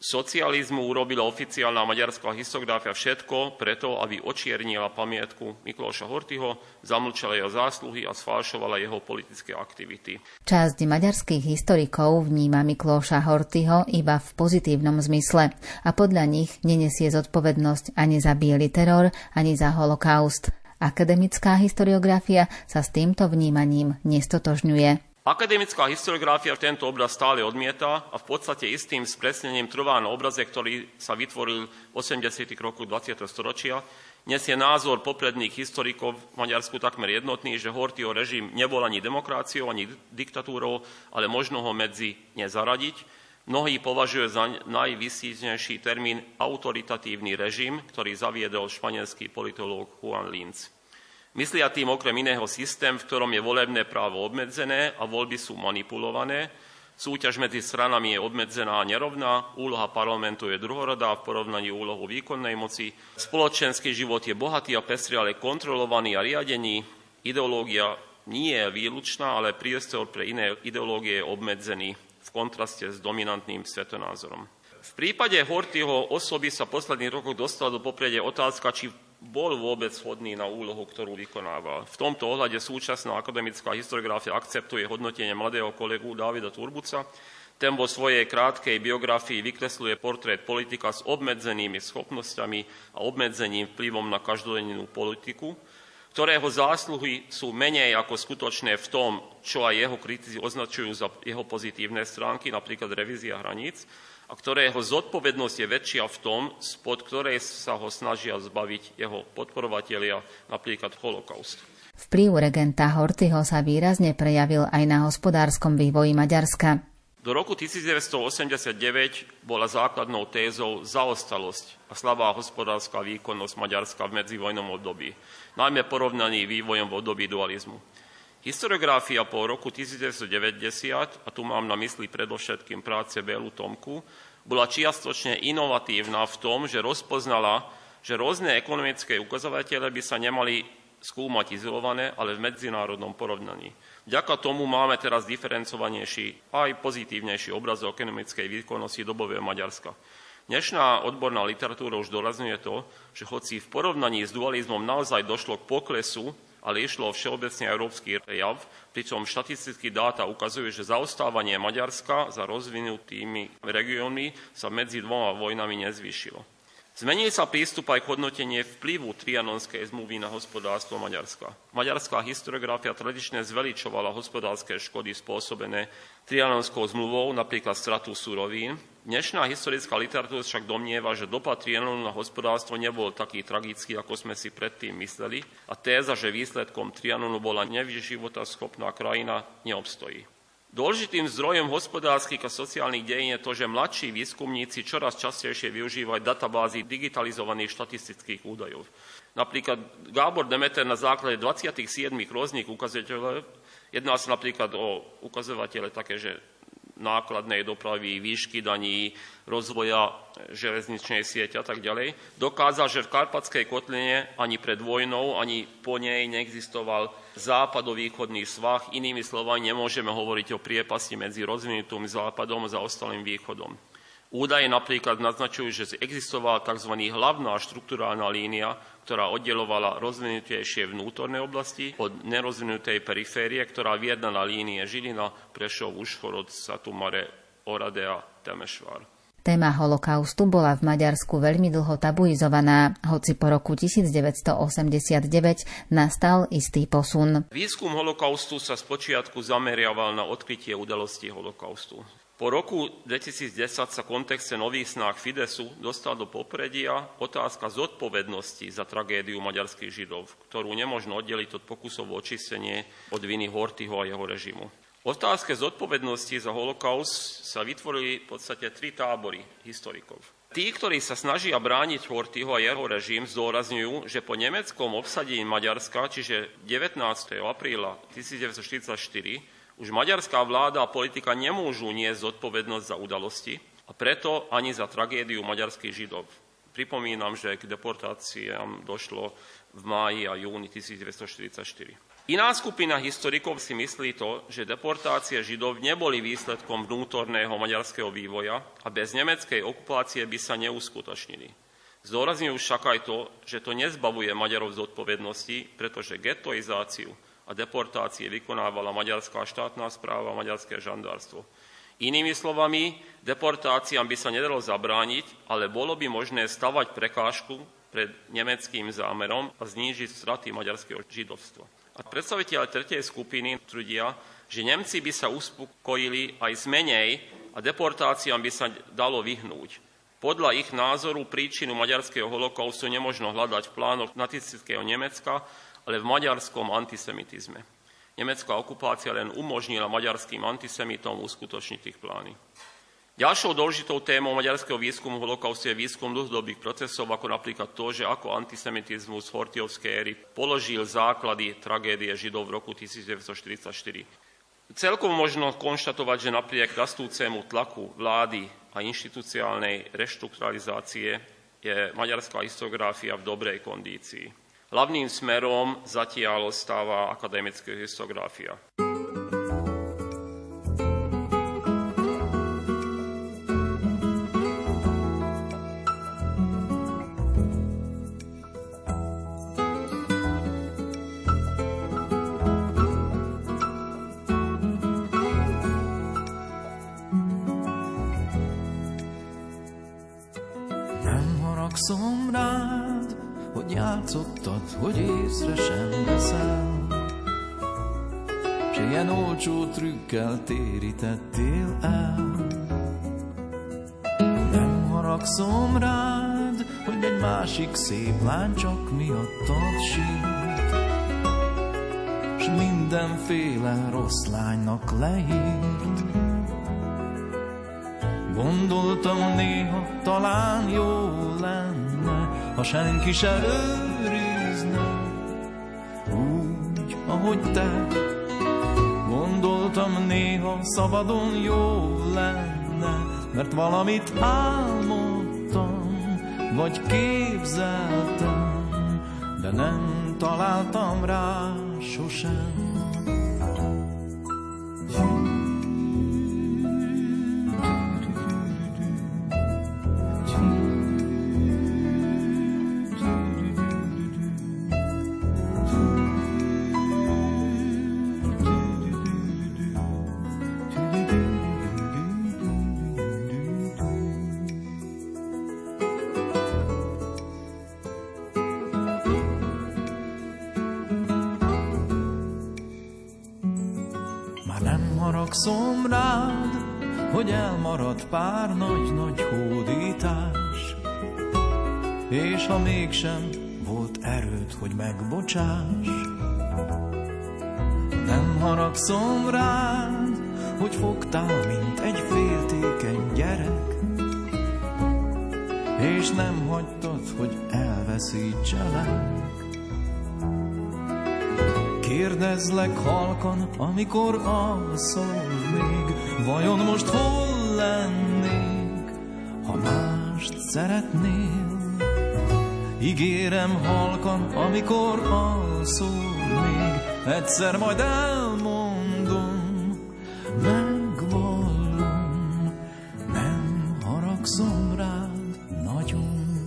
socializmu urobila oficiálna maďarská historiografia všetko preto, aby očiernila pamiatku Mikloša Horthyho, zamlčala jeho zásluhy a sfalšovala jeho politické aktivity. Časť maďarských historikov vníma Mikloša Horthyho iba v pozitívnom zmysle a podľa nich nenesie zodpovednosť ani za biely teror, ani za holokaust. Akademická historiografia sa s týmto vnímaním nestotožňuje. Akademická historiografia tento obraz stále odmieta a v podstate istým spresnením trvá na obraze, ktorý sa vytvoril v 80. rokoch 20. storočia. Nesie názor popredných historikov v Maďarsku takmer jednotný, že Horthyho režim nebol ani demokraciou, ani diktatúrou, ale možno ho medzi ne zaradiť. Mnohí považujú za najvýstižnejší termín autoritatívny režim, ktorý zaviedol španielský politológ Juan Linz. Myslia tým okrem iného systém, v ktorom je volebné právo obmedzené a voľby sú manipulované, súťaž medzi stranami je obmedzená a nerovná, úloha parlamentu je druhorodá v porovnaní úlohu výkonnej moci, spoločenský život je bohatý a pestrý, ale kontrolovaný a riadený, ideológia nie je výlučná, ale priestor pre iné ideológie je obmedzený v kontraste s dominantným svetonázorom. V prípade Horthyho osoby sa v posledných rokoch dostala do popredia otázka, či bol vôbec vhodný na úlohu, ktorú vykonával. V tomto ohľade súčasná akademická historiografia akceptuje hodnotenie mladého kolegu Davida Turbuca. Ten vo svojej krátkej biografii vykresluje portrét politika s obmedzenými schopnosťami a obmedzeným vplyvom na každodennú politiku, ktorého zásluhy sú menej ako skutočné v tom, čo aj jeho kritici označujú za jeho pozitívne stránky, napríklad revízia hraníc, a ktorého zodpovednosť je väčšia v tom, spod ktorej sa ho snažia zbaviť jeho podporovatelia, napríklad holokaust. Vplyv regenta Horthyho sa výrazne prejavil aj na hospodárskom vývoji Maďarska. Do roku 1989 bola základnou tézou zaostalosť a slabá hospodárska výkonnosť Maďarska v medzivojnom období, najmä porovnaný vývojom v období dualizmu. Historiografia po roku 1990, a tu mám na mysli predovšetkým práce Bélu Tomku, bola čiastočne inovatívna v tom, že rozpoznala, že rôzne ekonomické ukazovatele by sa nemali skúmať izolované, ale v medzinárodnom porovnaní. Vďaka tomu máme teraz diferencovanejší aj pozitívnejší obraz o ekonomickej výkonnosti dobového Maďarska. Dnešná odborná literatúra už dorazňuje to, že hoci v porovnaní s dualizmom naozaj došlo k poklesu, ale išlo o všeobecne európsky jav, pričom štatistické dáta ukazujú, že zaostávanie Maďarska za rozvinutými regiónmi sa medzi dvoma vojnami nezvýšilo. Zmenil sa prístup aj k hodnotenie vplyvu Trianonskej zmluvy na hospodárstvo Maďarska. Maďarská historiografia tradične zveličovala hospodárske škody spôsobené Trianonskou zmluvou, napríklad stratu surovín. Dnešná historická literatúra však domnieva, že dopad Trianonu na hospodárstvo nebol taký tragický, ako sme si predtým mysleli, a téza, že výsledkom Trianonu bola nevyživotaschopná krajina, neobstojí. Dôležitým zdrojom hospodárskych a sociálnych dejín je to, že mladší výskumníci čoraz častejšie využívajú databázy digitalizovaných štatistických údajov. Napríklad Gábor Demeter na základe 27 rôznych ukazovateľov, jedná sa napríklad o ukazovatele také, že nákladnej dopravy, výšky daní, rozvoja železničnej siete a tak ďalej, dokázal, že v Karpatskej kotline ani pred vojnou, ani po nej neexistoval západovýchodný svah. Inými slovami, nemôžeme hovoriť o priepasti medzi rozvinutým západom a zaostalým východom. Údaje napríklad naznačujú, že existovala tzv. Hlavná štrukturálna línia, ktorá oddelovala rozvinutejšie vnútorné oblasti od nerozvinutej periférie, ktorá viedla na línie Žilina, Prešov, Užhorod, Satu Mare, Orade a Temešvár. Téma holokaustu bola v Maďarsku veľmi dlho tabuizovaná, hoci po roku 1989 nastal istý posun. Výskum holokaustu sa spočiatku zameriaval na odkrytie udalostí holokaustu. Po roku 2010 sa v kontexte nových snách Fidesu dostal do popredia otázka zodpovednosti za tragédiu maďarských Židov, ktorú nemožno oddeliť od pokusov o očistenie od viny Horthyho a jeho režimu. V otázke zodpovednosti za holokaust sa vytvorili v podstate tri tábory historikov. Tí, ktorí sa snažia brániť Horthyho a jeho režim, zdôrazňujú, že po nemeckom obsadení Maďarska, čiže 19. apríla 1944, už maďarská vláda a politika nemôžu niesť zodpovednosť za udalosti a preto ani za tragédiu maďarských Židov. Pripomínam, že k deportáciám došlo v máji a júni 1944. Iná skupina historikov si myslí to, že deportácie Židov neboli výsledkom vnútorného maďarského vývoja a bez nemeckej okupácie by sa neuskutočnili. Zdôrazňujú však aj to, že to nezbavuje Maďarov z odpovednosti, pretože getoizáciu a deportácie vykonávala maďarská štátna správa a maďarské žandárstvo. Inými slovami, deportáciám by sa nedalo zabrániť, ale bolo by možné stavať prekážku pred nemeckým zámerom a znížiť straty maďarského židovstva. A predstavitelia tretej skupiny tvrdia, že Nemci by sa uspokojili aj s menej a deportáciám by sa dalo vyhnúť. Podľa ich názoru príčinu maďarského holokaustu nemožno hľadať v plánoch nacistického Nemecka, ale v maďarskom antisemitizme. Nemecká okupácia len umožnila maďarským antisemitom uskutočniť ich plány. Ďalšou dôležitou témou maďarského výskumu holokaustu je výskum dlhodobých procesov, ako napríklad to, že ako antisemitizmus Horthyovskej éry položil základy tragédie Židov v roku 1944. Celkom možno konštatovať, že napriek rastúcemu tlaku vlády a inštitucionálnej reštrukturalizácie je maďarská historiografia v dobrej kondícii. Hlavným smerom zatiaľ ostáva akademická historiografia. Haragszom rád, hogy játszottad, hogy észre sem veszel, s ilyen olcsó trükkel térítettél el. Nem haragszom rád, hogy egy másik szép lány csak miattad sírt, s mindenféle rossz lánynak leírt. Gondoltam néha, talán jó lenne, ha senki se őrizne, úgy, ahogy te. Gondoltam néha, szabadon jó lenne, mert valamit álmodtam, vagy képzeltem, de nem találtam rá sosem. Haragszom rád, hogy elmaradt pár nagy-nagy hódítás, és ha mégsem volt erőd, hogy megbocsáss. Nem haragszom rád, hogy fogtál, mint egy féltékeny gyerek, és nem hagytad, hogy elveszítselek. Kérdezlek halkan, amikor alszol még, vajon most hol lennék, ha mást szeretnél? Ígérem halkan, amikor alszol még, egyszer majd elmondom, megvallom, nem haragszom rád nagyon.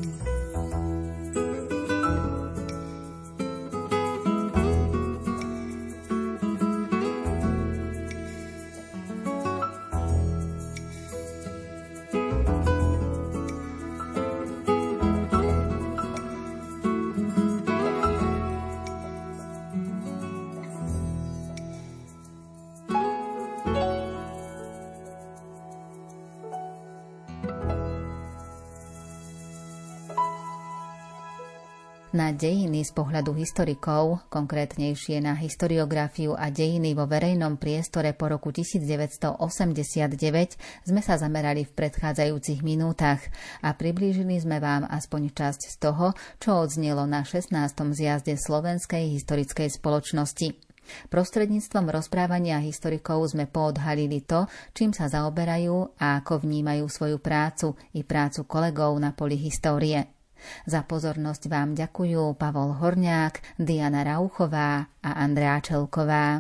Na dejiny z pohľadu historikov, konkrétnejšie na historiografiu a dejiny vo verejnom priestore po roku 1989 sme sa zamerali v predchádzajúcich minútach a priblížili sme vám aspoň časť z toho, čo odznelo na 16. zjazde Slovenskej historickej spoločnosti. Prostredníctvom rozprávania historikov sme poodhalili to, čím sa zaoberajú a ako vnímajú svoju prácu i prácu kolegov na poli histórie. Za pozornosť vám ďakujú Pavol Horňák, Diana Rauchová a Andrea Čelková.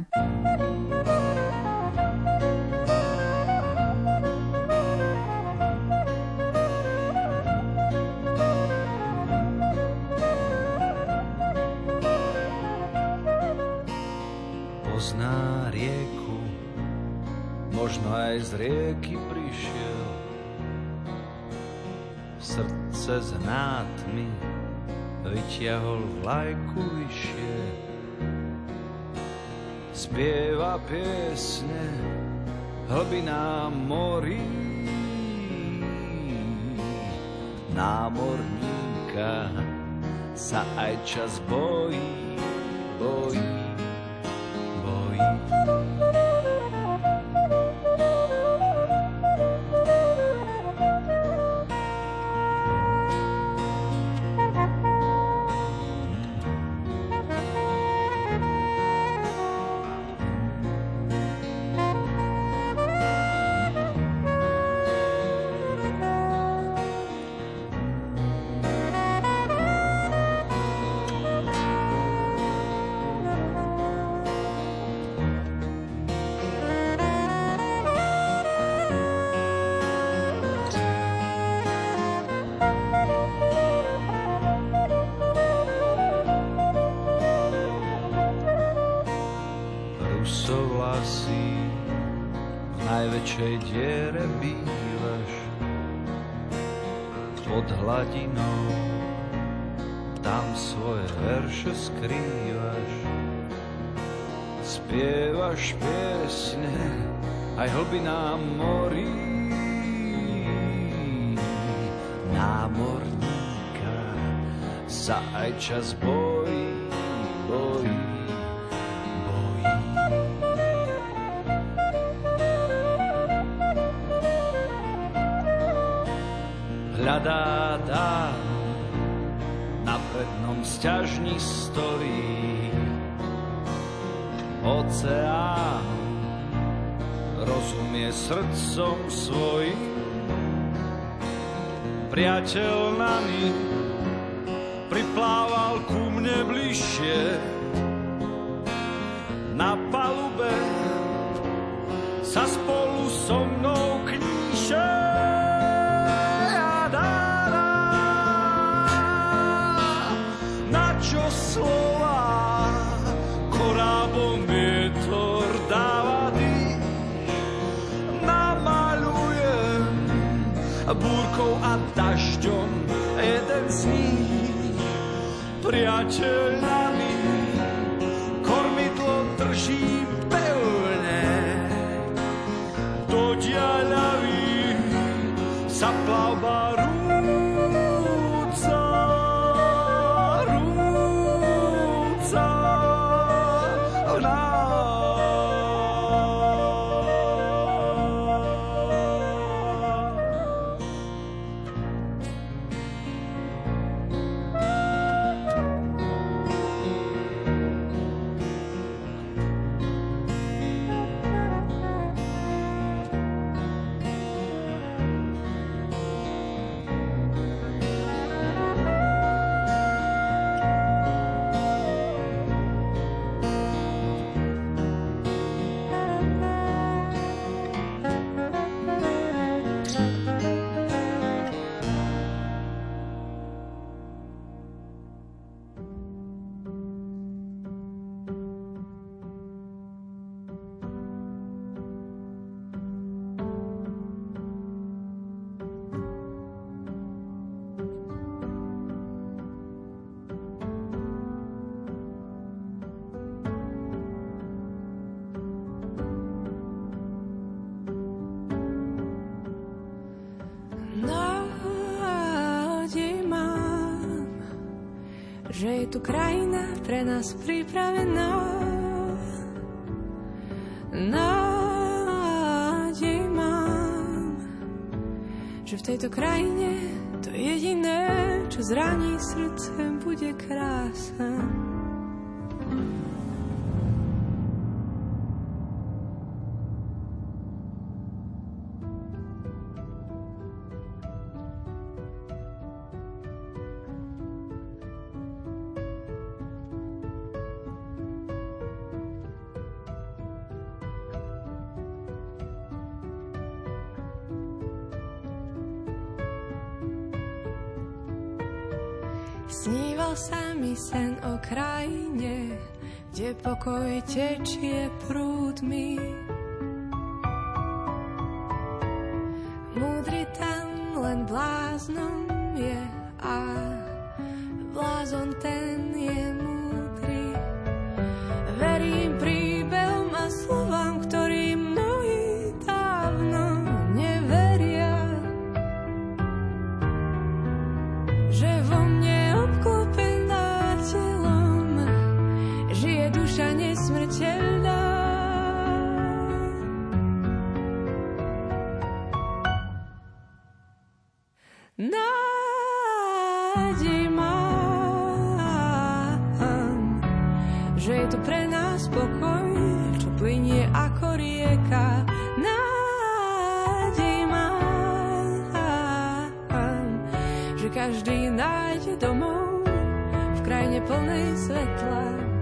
Pozná rieku, možno aj z rieky prišiel, v srdce zná tmy vytiahol vlajku vyššie. Spieva piesne hlbinám morí, námorníka sa aj čas bojí, bojí. Najväčšej diere bývaš pod hladinou, tam svoje verše skrývaš. Spievaš piesne aj hlbinám morí, námorníka sa aj čas bojí, bojí. Hľadá dám na prednom sťažni storí oceán, rozumie srdcom svojim. Priateľ nami priplával ku mne bližšie, na palube sa spolu so mnou kníše. Slova korábom vietor dáva dých, namaľujem búrkou a dažďom jeden z nich. Priateľ nami kormidlo drží pevne, do diaľavy sa plavba rúca. Že je tu krajina pre nás pripravená. Nádej mám, že v tejto krajine to jediné, čo zraní srdce, bude krása. Sníval sa mi sen o krajine, kde pokoj tečie prúdmi. Múdry tam len bláznom je a blázon ten je múdry. Verím príbehom a slovám, ktorým mnohí dávno neveria, že vo mne obklopená telom žije duša nesmrteľná. Nádej mám, že je to pre nás pokoj, čo plynie ako rieka. Nádej mám, že každý nájde domov v krajine plnej svetla.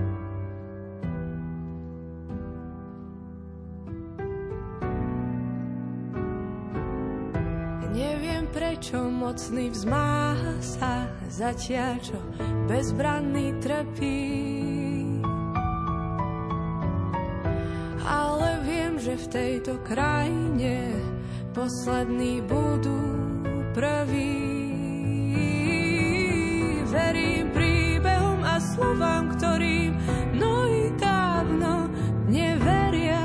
Neviem, prečo mocný vzmáha sa zatiaľ, čo bezbranný trpí. Ale viem, že v tejto krajine poslední budú prví. Verím príbehom a slovám, ktorým mnohí dávno neveria,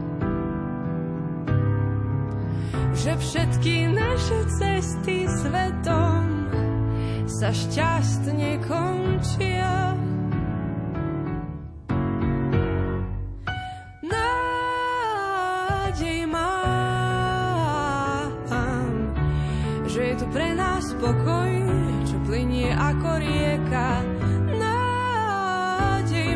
že všetky naše cesty svetom sa šťastne končia. Nádej mám, že je tu pre nás pokoj, čo plynie ako rieka. Nádej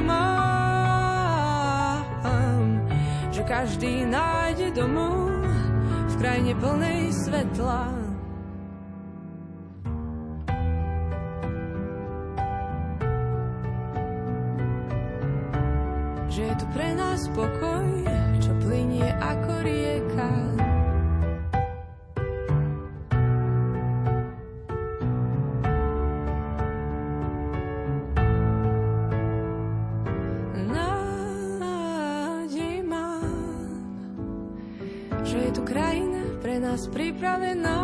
mám, že každý nájde domov v krajine plnej svetla. Že je tu pre nás pokoj, čo plynie ako rieka. Nádej mám, že je tu krajina pre nás pripravená.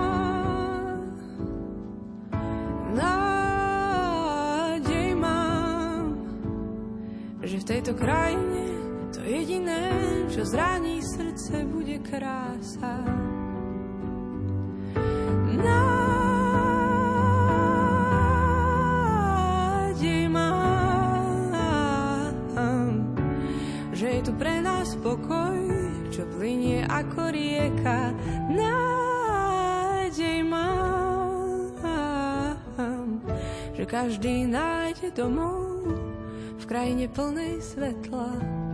Nádej mám, že v tejto krajine to jediné, čo zraní srdce, bude krása. Nádej mám, že je tu pre nás pokoj, čo plynie ako rieka. Nádej mám, že každý nájde domov v krajine plnej svetla.